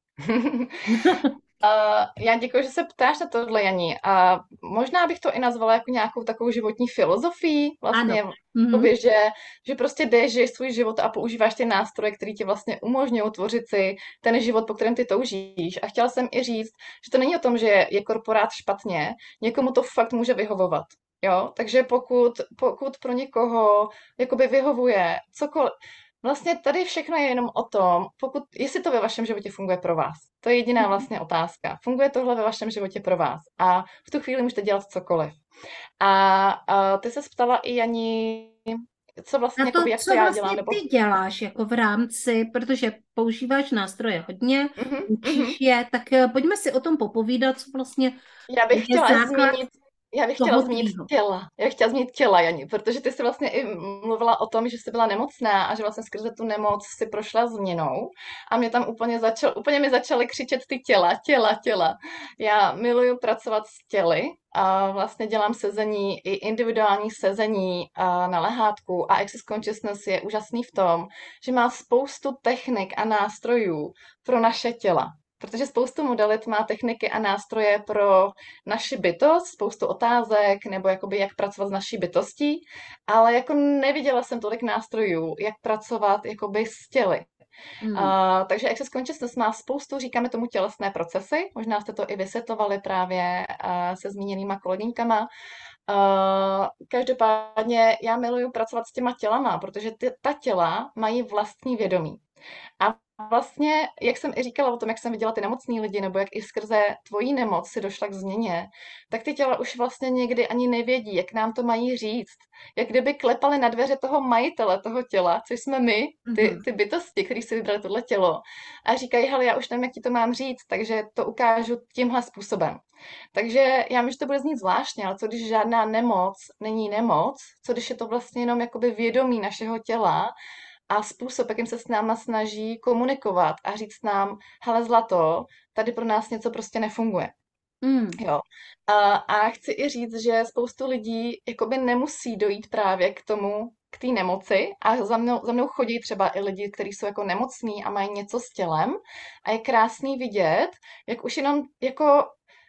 Já děkuji, že se ptáš na tohle, Janí. A možná bych to i nazvala jako nějakou takovou životní filozofii, vlastně, že prostě jdeš, žiješ svůj život a používáš ty nástroje, které ti vlastně umožňují tvořit si ten život, po kterém ty toužíš. A chtěla jsem i říct, že to není o tom, že je korporát špatně, někomu to fakt může vyhovovat. Jo, takže pokud pro někoho jakoby vyhovuje cokoliv, vlastně tady všechno je jenom o tom, jestli to ve vašem životě funguje pro vás. To je jediná vlastně otázka. Funguje tohle ve vašem životě pro vás? A v tu chvíli můžete dělat cokoliv. A ty se ptala i Jani, co vlastně, na to, jakoby, jak co to já vlastně dělám, nebo... ty děláš jako v rámci, protože používáš nástroje hodně, učíš je, tak pojďme si o tom popovídat, co vlastně Já bych chtěla základ zmínit těla. Já bych chtěla zmínit těla, Jani, protože ty jsi vlastně i mluvila o tom, že jsi byla nemocná a že vlastně skrze tu nemoc si prošla změnou. A mě tam úplně mi začaly křičet ty těla. Já miluju pracovat s těly a vlastně dělám sezení, i individuální sezení na lehátku a Access Consciousness je úžasný v tom, že má spoustu technik a nástrojů pro naše těla. Protože spoustu modalit má techniky a nástroje pro naši bytost, spoustu otázek, nebo jakoby jak pracovat s naší bytostí, ale jako neviděla jsem tolik nástrojů, jak pracovat jakoby s těly. Takže Access Consciousness má spoustu, říkáme tomu tělesné procesy, možná jste to i vysvětlovali právě se zmíněnýma kolegyňkama. Každopádně já miluju pracovat s těma tělama, protože ta těla mají vlastní vědomí. A vlastně, jak jsem i říkala o tom, jak jsem viděla ty nemocný lidi, nebo jak i skrze tvojí nemoc si došla k změně, tak ty těla už vlastně někdy ani nevědí, jak nám to mají říct. Jak kdyby klepali na dveře toho majitele toho těla, což jsme my, Mhm. ty bytosti, kteří si vybrali tohle tělo. A říkají, hele, já už nevím, jak ti to mám říct, takže to ukážu tímhle způsobem. Takže já myslím, že to bude znít zvláštně, ale co když žádná nemoc není nemoc, co když je to vlastně jenom jakoby vědomí našeho těla a způsob, jakým se s náma snaží komunikovat a říct nám, hele zlato, tady pro nás něco prostě nefunguje. Mm. Jo. A chci i říct, že spoustu lidí jakoby nemusí dojít právě k tomu, k té nemoci a za mnou chodí třeba i lidi, kteří jsou jako nemocní a mají něco s tělem a je krásný vidět, jak už jenom jako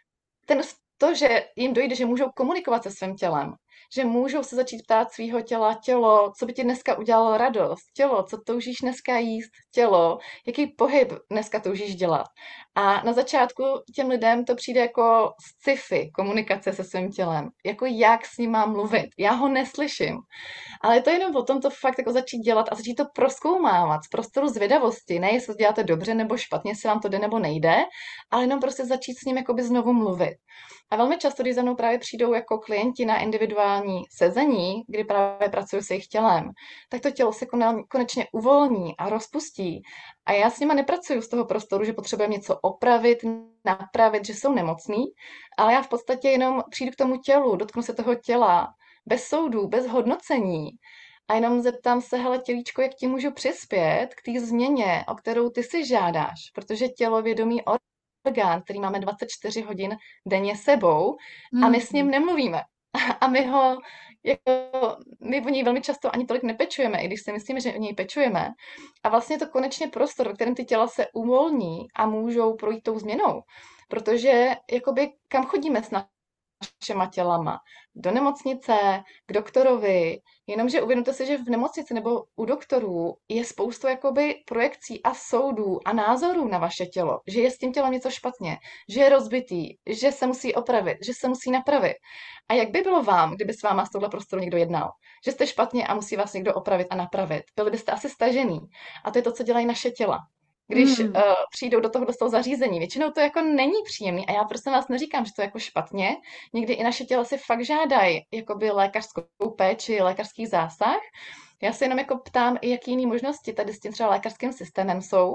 to, že jim dojde, že můžou komunikovat se svým tělem, že můžou se začít ptát svého těla, tělo, co by ti dneska udělalo radost, tělo, co toužíš dneska jíst, tělo, jaký pohyb dneska toužíš dělat. A na začátku těm lidem to přijde jako sci-fi, komunikace se svým tělem, jako jak s ním mám mluvit. Já ho neslyším. Ale je to jenom o tom to fakt jako začít dělat a začít to prozkoumávat z prostoru zvědavosti. Ne, jestli to děláte dobře nebo špatně, jestli vám to jde nebo nejde, ale jenom prostě začít s ním jakoby znovu mluvit. A velmi často, když za mnou právě přijdou jako klienti na individuální sezení, kdy právě pracuju s jejich tělem, tak to tělo se konečně uvolní a rozpustí. A já s nima nepracuju z toho prostoru, že potřebujeme něco opravit, napravit, že jsou nemocný, ale já v podstatě jenom přijdu k tomu tělu, dotknu se toho těla, bez soudů, bez hodnocení. A jenom zeptám se, hele tělíčko, jak ti můžu přispět k té změně, o kterou ty si žádáš, protože tělo vědomí orgán, který máme 24 hodin denně sebou a my s ním Mm. nemluvíme. A jako, my o něj velmi často ani tolik nepečujeme, i když si myslíme, že o něj pečujeme. A vlastně je to konečně prostor, ve kterém ty těla se uvolní a můžou projít tou změnou. Protože jakoby kam chodíme s našima tělama? Do nemocnice, k doktorovi, jenomže uvědomte si, že v nemocnici nebo u doktorů je spoustu jakoby projekcí a soudů a názorů na vaše tělo, že je s tím tělem něco špatně, že je rozbitý, že se musí opravit, že se musí napravit. A jak by bylo vám, kdyby s váma z tohle prostoru někdo jednal? Že jste špatně a musí vás někdo opravit a napravit. Byli byste asi stažený. A to je to, co dělají naše těla když Mm. přijdou do toho zařízení. Většinou to jako není příjemný a já prostě vás neříkám, že to je jako špatně. Někdy i naše těla si fakt žádají jakoby lékařskou péči, lékařský zásah. Já se jenom jako ptám, jaký jiné možnosti tady s tím třeba lékařským systémem jsou.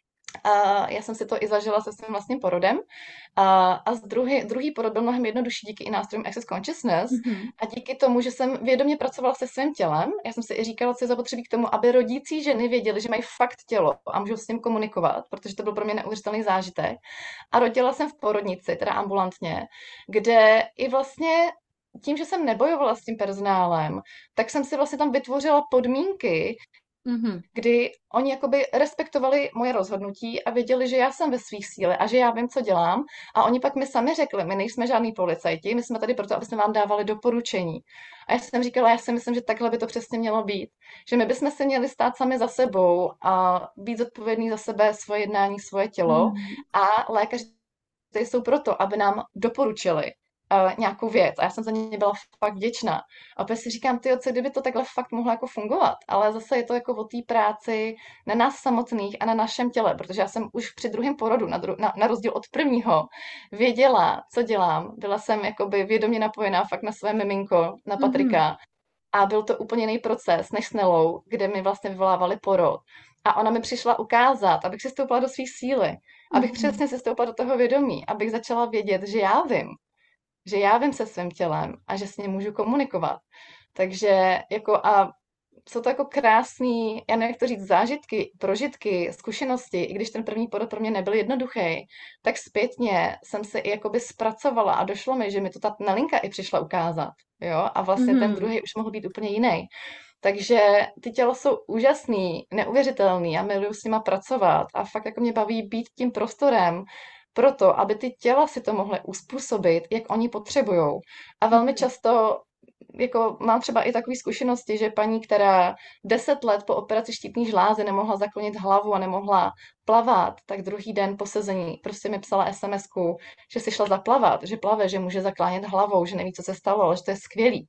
A já jsem si to i zažila se svým vlastním porodem. A druhý porod byl mnohem jednodušší díky i nástrojům Access Consciousness Mhm. a díky tomu, že jsem vědomě pracovala se svým tělem. Já jsem si i říkala, co je zapotřebí k tomu, aby rodící ženy věděly, že mají fakt tělo a můžou s ním komunikovat, protože to byl pro mě neuvěřitelný zážitek. A rodila jsem v porodnici, teda ambulantně, kde i vlastně tím, že jsem nebojovala s tím personálem, tak jsem si vlastně tam vytvořila podmínky, Mhm. kdy oni jakoby respektovali moje rozhodnutí a věděli, že já jsem ve svých síle a že já vím, co dělám. A oni pak mi sami řekli, my nejsme žádní policajti, my jsme tady proto, aby jsme vám dávali doporučení. A já jsem říkala, já si myslím, že takhle by to přesně mělo být. Že my bychom se měli stát sami za sebou a být zodpovědní za sebe, svoje jednání, svoje tělo. Mhm. A lékaři jsou proto, aby nám doporučili nějakou věc. A já jsem za ně byla fakt vděčná. A opět si říkám, tyjo, co kdyby to takhle fakt mohlo jako fungovat. Ale zase je to jako o té práci na nás samotných a na našem těle, protože já jsem už při druhém porodu, na rozdíl od prvního, věděla, co dělám. Byla jsem jakoby vědomě napojená fakt na své miminko, na Mhm. Patrika. A byl to úplně jiný proces než s Nelou, kde mi vlastně vyvolávali porod. A ona mi přišla ukázat, abych si stoupla do své síly, abych Mhm. přesně si stoupla do toho vědomí, abych začala vědět, že já vím se svým tělem a že s ním můžu komunikovat. Takže jako a jsou to jako krásný, já nevím, jak to říct, zážitky, prožitky, zkušenosti, i když ten první porod pro mě nebyl jednoduchý, tak zpětně jsem si i jakoby zpracovala a došlo mi, že mi to ta Nelinka i přišla ukázat, jo, a vlastně ten Mhm. druhý už mohl být úplně jiný. Takže ty těla jsou úžasný, neuvěřitelný a miluju s nima pracovat a fakt jako mě baví být tím prostorem proto, aby ty těla si to mohly uspůsobit, jak oni potřebujou. A velmi Mhm. často jako mám třeba i takové zkušenosti, že paní, která 10 let po operaci štítné žlázy nemohla zaklonit hlavu a nemohla plavat, tak druhý den po sezení prostě mi psala SMS-ku, že si šla zaplavat, že plave, že může zaklánět hlavou, že neví, co se stalo, ale že to je skvělý.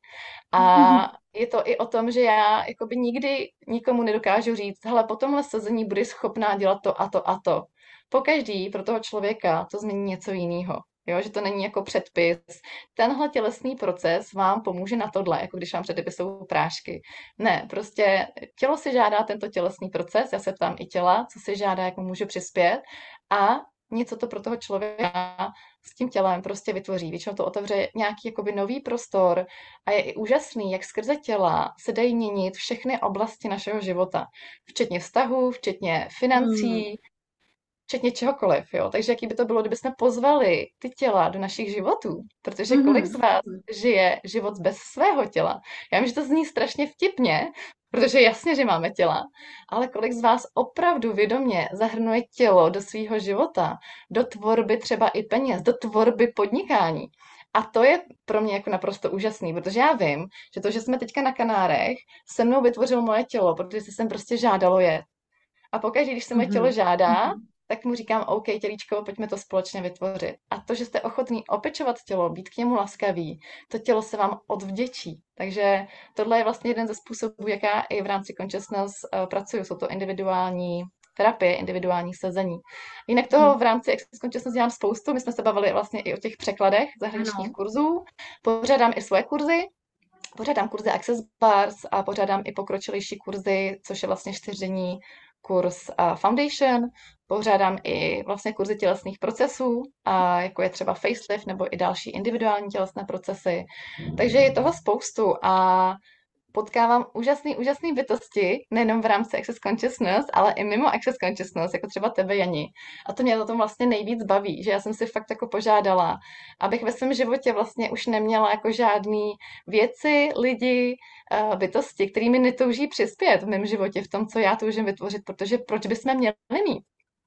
A je to i o tom, že já jakoby nikdy nikomu nedokážu říct, hele, po tomhle sezení budeš schopná dělat to a to a to. Pokaždý pro toho člověka to změní něco jiného. Jo, že to není jako předpis. Tenhle tělesný proces vám pomůže na tohle, jako když vám předepisují prášky. Ne, prostě tělo si žádá tento tělesný proces, já se ptám i těla, co si žádá, jak mu můžu přispět a něco to pro toho člověka s tím tělem prostě vytvoří. Většinou to otevře nějaký jakoby nový prostor a je i úžasný, jak skrze těla se dají měnit všechny oblasti našeho života, včetně vztahů, včetně financí, včetně čehokoliv, jo. Takže jaký by to bylo, kdybychom pozvali ty těla do našich životů, protože kolik z vás žije život bez svého těla. Já vím, že to zní strašně vtipně, protože jasně, že máme těla, ale kolik z vás opravdu vědomě zahrnuje tělo do svého života, do tvorby třeba i peněz, do tvorby podnikání. A to je pro mě jako naprosto úžasný, protože já vím, že to, že jsme teďka na Kanárech, se mnou vytvořilo moje tělo, protože se sem prostě žádalo jet. A pokaždé, když se moje tělo žádá, tak mu říkám, OK, tělíčko, pojďme to společně vytvořit. A to, že jste ochotný opečovat tělo, být k němu laskavý, to tělo se vám odvděčí. Takže tohle je vlastně jeden ze způsobů, jak já i v rámci Consciousness pracuji. Jsou to individuální terapie, individuální sezení. Jinak toho v rámci Access Consciousness dělám spoustu. My jsme se bavili vlastně i o těch překladech zahraničních kurzů. Pořádám i svoje kurzy, pořádám kurzy Access Bars a pořádám i pokročilejší kurzy, což je vlastně 4denní kurz Foundation, pořádám i vlastně kurzy tělesných procesů, a jako je třeba facelift nebo i další individuální tělesné procesy. Takže je toho spoustu a potkávám úžasný bytosti, nejenom v rámci Access Consciousness, ale i mimo Access Consciousness, jako třeba tebe, Jani. A to mě na tom vlastně nejvíc baví, že já jsem si fakt jako požádala, abych ve svém životě vlastně už neměla jako žádný věci, lidi, bytosti, kterými netouží přispět v mém životě, v tom, co já toužím vytvořit, protože proč bychom měli mít?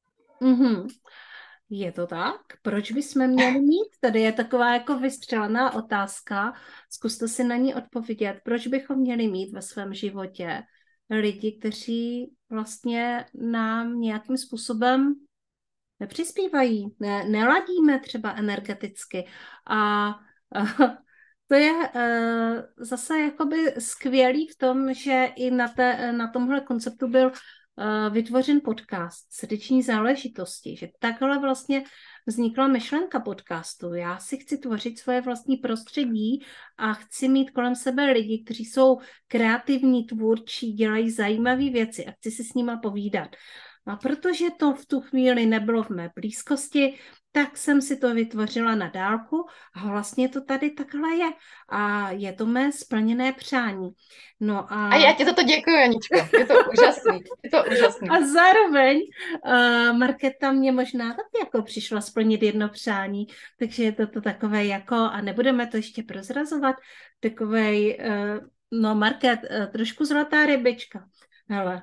Je to tak? Proč bychom měli mít? Tady je taková jako vystřelená otázka. Zkuste si na ní odpovědět. Proč bychom měli mít ve svém životě lidi, kteří vlastně nám nějakým způsobem nepřispívají, neladíme třeba energeticky. A to je zase jakoby skvělý v tom, že i na tomhle konceptu byl vytvořen podcast Srdeční záležitosti, že takhle vlastně vznikla myšlenka podcastu. Já si chci tvořit svoje vlastní prostředí a chci mít kolem sebe lidi, kteří jsou kreativní, tvůrčí, dělají zajímavé věci a chci si s nima povídat. A protože to v tu chvíli nebylo v mé blízkosti, tak jsem si to vytvořila na dálku a vlastně to tady takhle je. A je to mé splněné přání. No a já ti za to děkuji, Aničko. Je to úžasný. Je to úžasný. A zároveň Markéta mě možná taky jako přišla splnit jedno přání, takže je to takové jako, a nebudeme to ještě prozrazovat, takovej, no Market, trošku zlatá rybička. Hele.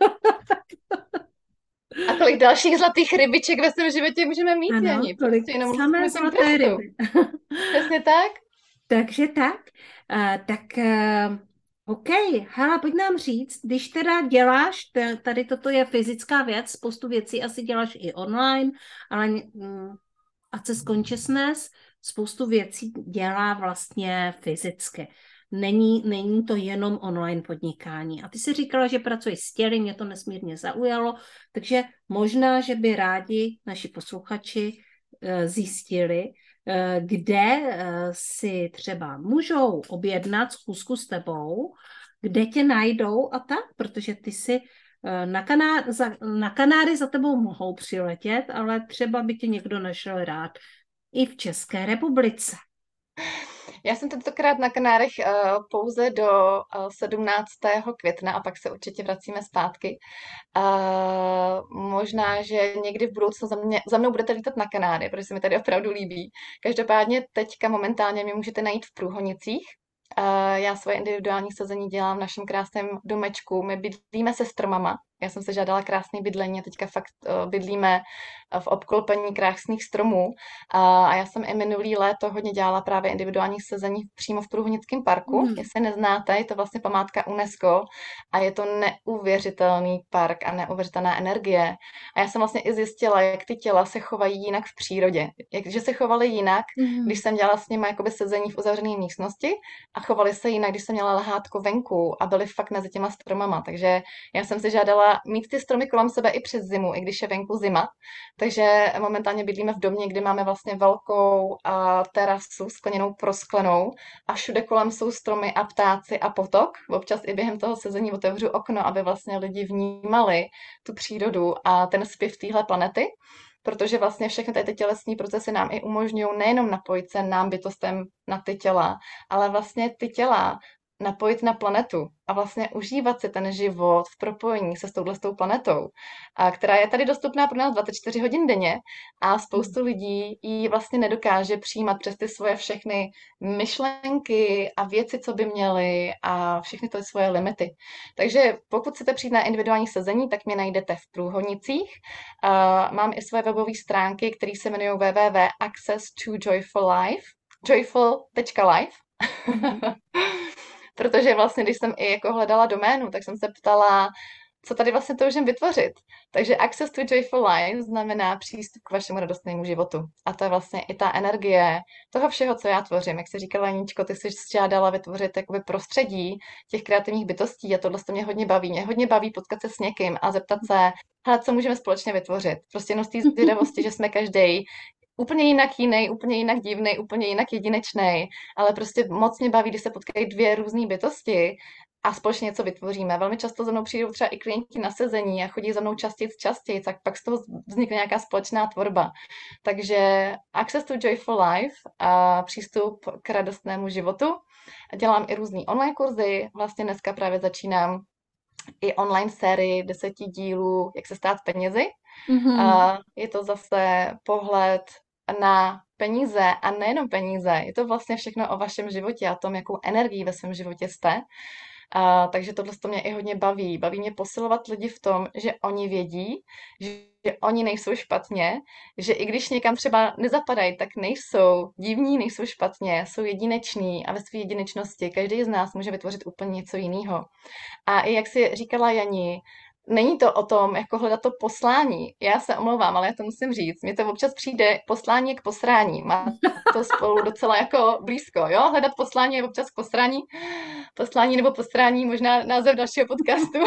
A kolik dalších zlatých rybiček ve svém životě můžeme mít, ano, Jani? Kolik samé zlaté ryby. Přesně tak. Takže tak. OK, hele, pojď nám říct, když teda děláš, tady toto je fyzická věc, spoustu věcí asi děláš i online, ale Access Consciousness spoustu věcí dělá vlastně fyzicky. Není to jenom online podnikání. A ty jsi říkala, že pracuješ s těly, mě to nesmírně zaujalo, takže možná, že by rádi naši posluchači zjistili, kde si třeba můžou objednat schůzku s tebou, kde tě najdou a tak, protože ty si na Kanáry za tebou mohou přiletět, ale třeba by tě někdo našel rád i v České republice. Já jsem tentokrát na Kanárech pouze do 17. května a pak se určitě vracíme zpátky. Možná, že někdy v budoucnu za mnou budete lítat na Kanáry, protože se mi tady opravdu líbí. Každopádně teďka momentálně mě můžete najít v Průhonicích. Já svoje individuální sezení dělám v našem krásném domečku. My bydlíme se stromama, Já jsem se žádala krásné bydlení a teďka fakt bydlíme v obklopení krásných stromů. A já jsem i minulý léto hodně dělala právě individuální sezení přímo v Průhonickém parku. Mm. Jestli neznáte, je to vlastně památka UNESCO a je to neuvěřitelný park a neuvěřitelná energie. A já jsem vlastně i zjistila, jak ty těla se chovají jinak v přírodě. Že se chovaly jinak, když jsem dělala s nimi jakoby sezení v uzavřené místnosti a chovali se jinak, když jsem měla lehátko venku a byli fakt mezi těma stromama. Takže já jsem si žádala mít ty stromy kolem sebe i přes zimu, i když je venku zima. Takže momentálně bydlíme v domě, kde máme vlastně velkou terasu skleněnou prosklenou a všude kolem jsou stromy a ptáci a potok. Občas i během toho sezení otevřu okno, aby vlastně lidi vnímali tu přírodu a ten zpěv téhle planety, protože vlastně všechny ty tělesní procesy nám i umožňují nejenom napojit se nám bytostem na ty těla, ale vlastně ty těla napojit na planetu a vlastně užívat si ten život v propojení se s touhletou planetou, která je tady dostupná pro nás 24 hodin denně a spoustu lidí ji vlastně nedokáže přijímat přes ty svoje všechny myšlenky a věci, co by měly a všechny ty svoje limity. Takže pokud chcete přijít na individuální sezení, tak mě najdete v Průhonicích. Mám i své webové stránky, které se jmenují www.access2joyfullife, joyful.life. Protože vlastně, když jsem i jako hledala doménu, tak jsem se ptala, co tady vlastně toužím vytvořit. Takže Access to Joyful Life znamená přístup k vašemu radostnému životu. A to je vlastně i ta energie toho všeho, co já tvořím. Jak se říkala Aničko, ty jsi žádala vytvořit jakoby prostředí těch kreativních bytostí a tohle to mě hodně baví. Mě hodně baví potkat se s někým a zeptat se, hele, co můžeme společně vytvořit. Prostě jenom z té zvědavosti, že jsme každý úplně jinak jiný, úplně jinak divný, úplně jinak jedinečný, ale prostě moc mě baví, když se potkají dvě různé bytosti a společně něco vytvoříme. Velmi často za mnou přijdou třeba i klienti na sezení a chodí za mnou častěji, tak pak z toho vznikne nějaká společná tvorba. Takže Access to Joyful Life a přístup k radostnému životu. Dělám i různý online kurzy, vlastně dneska právě začínám i online sérii 10 dílů, jak se stát penězi. Je to zase pohled na peníze a nejenom peníze. Je to vlastně všechno o vašem životě a tom, jakou energii ve svém životě jste. Takže tohle to mě i hodně baví. Baví mě posilovat lidi v tom, že oni vědí, že oni nejsou špatně, že i když někam třeba nezapadají, tak nejsou divní, nejsou špatně, jsou jedineční a ve své jedinečnosti každý z nás může vytvořit úplně něco jiného. A i jak si říkala Jani, není to o tom, jako hledat to poslání. Já se omlouvám, ale já to musím říct. Mně to občas přijde poslání k posrání. Má to spolu docela jako blízko, jo? Hledat poslání je občas k posrání. Poslání nebo posrání, možná název dalšího podcastu.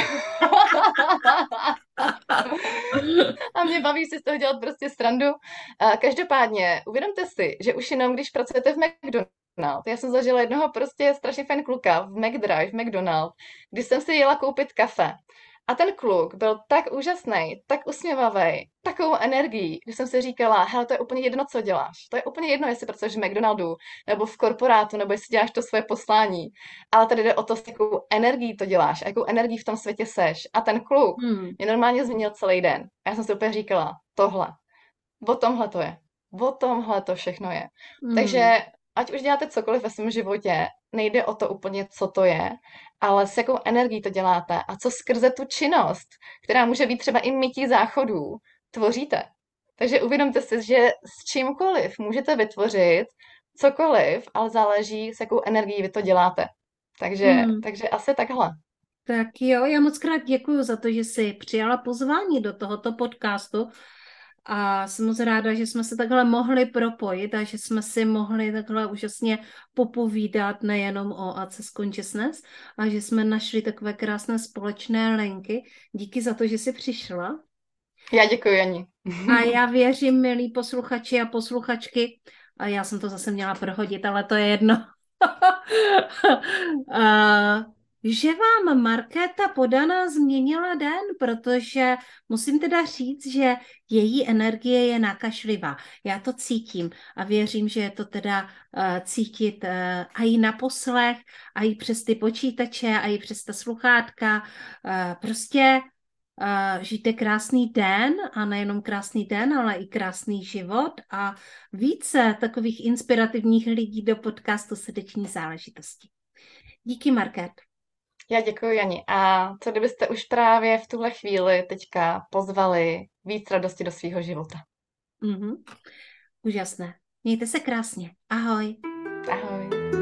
A mě baví si z toho dělat prostě srandu. Každopádně, uvědomte si, že už jenom když pracujete v McDonald's, já jsem zažila jednoho prostě strašně fajn kluka v McDrive, v McDonald's, když jsem si jela koupit kafe. A ten kluk byl tak úžasný, tak usměvavý, takovou energií, že jsem si říkala, hele, to je úplně jedno, co děláš. To je úplně jedno, jestli pracuješ v McDonaldu, nebo v korporátu, nebo jestli děláš to svoje poslání. Ale tady jde o to, s jakou energií to děláš a jakou energií v tom světě seš. A ten kluk mě normálně změnil celý den. A já jsem si úplně říkala, tohle. O tomhle to je. O tomhle to všechno je. Takže ať už děláte cokoliv ve svém životě, nejde o to úplně, co to je, ale s jakou energií to děláte a co skrze tu činnost, která může být třeba i mytí záchodů, tvoříte. Takže uvědomte si, že s čímkoliv můžete vytvořit cokoliv, ale záleží, s jakou energií vy to děláte. Takže asi takhle. Tak jo, já moc krát děkuju za to, že jsi přijala pozvání do tohoto podcastu. A jsem moc ráda, že jsme se takhle mohli propojit a že jsme si mohli takhle úžasně popovídat nejenom o Access Consciousness, a že jsme našli takové krásné společné linky. Díky za to, že jsi přišla. Já děkuji, Jani. A já věřím, milí posluchači a posluchačky, a já jsem to zase měla prohodit, ale to je jedno, že vám Markéta Podaná změnila den, protože musím teda říct, že její energie je nakašlivá. Já to cítím a věřím, že je to teda cítit a i na poslech, a i přes ty počítače, a i přes ta sluchátka. Prostě žijte krásný den, a nejenom krásný den, ale i krásný život, a více takových inspirativních lidí do podcastu Srdeční záležitosti. Díky, Markét. Já děkuji, Jani. A co kdybyste už právě v tuhle chvíli teďka pozvali víc radosti do svého života? Mhm. Úžasné. Mějte se krásně. Ahoj. Ahoj.